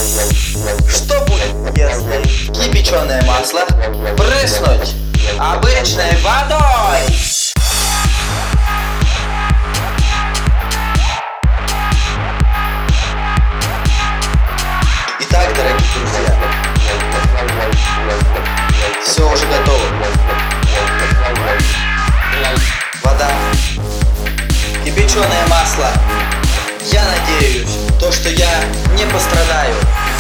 Что будет, если кипяченое масло брызнуть обычной водой? Итак, дорогие друзья, все уже готово. Вода, кипяченое масло. Я надеюсь, то, что я не пострадаю.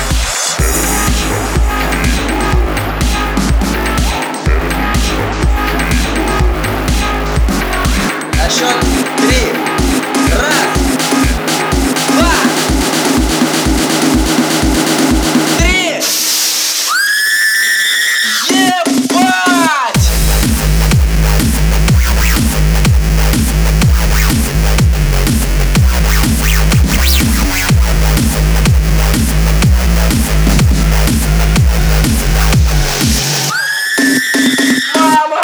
На счет 3. Раз, 2, 3. Ебать! Мама!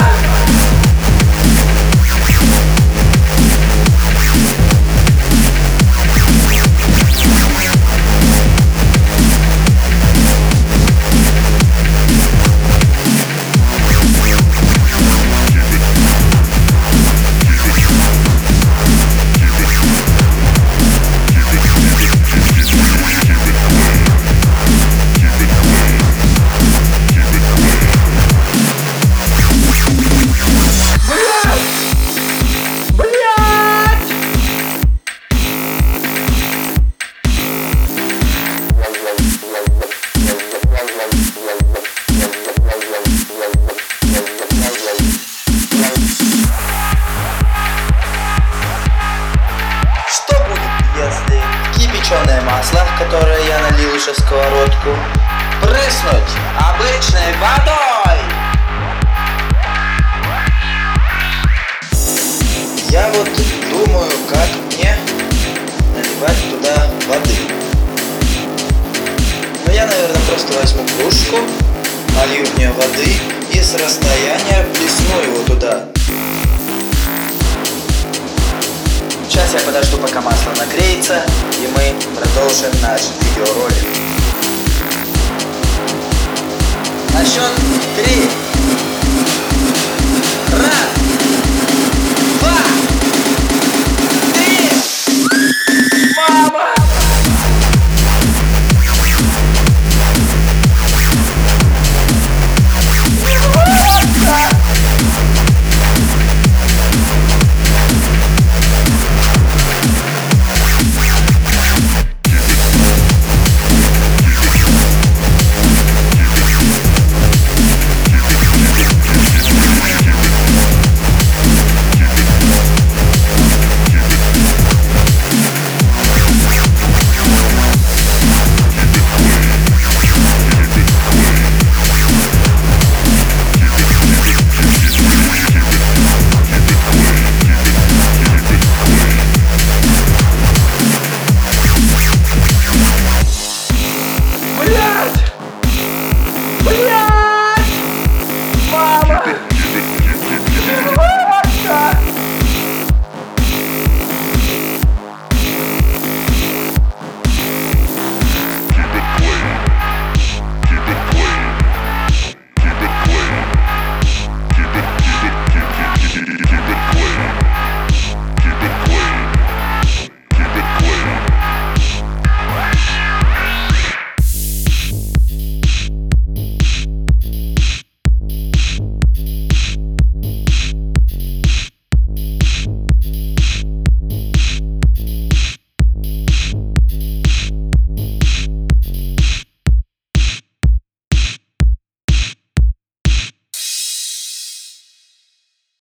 Кипяченое масло, которое я налил уже в сковородку, брызнуть обычной водой. Я вот думаю, как мне наливать туда воды. Но я, наверное, просто возьму кружку, налью в нее воды и с расстояния плесну его туда. Сейчас я подожду, пока масло нагреется, и мы продолжим наш видеоролик. На счет 3. Раз, 2, 3. Мама!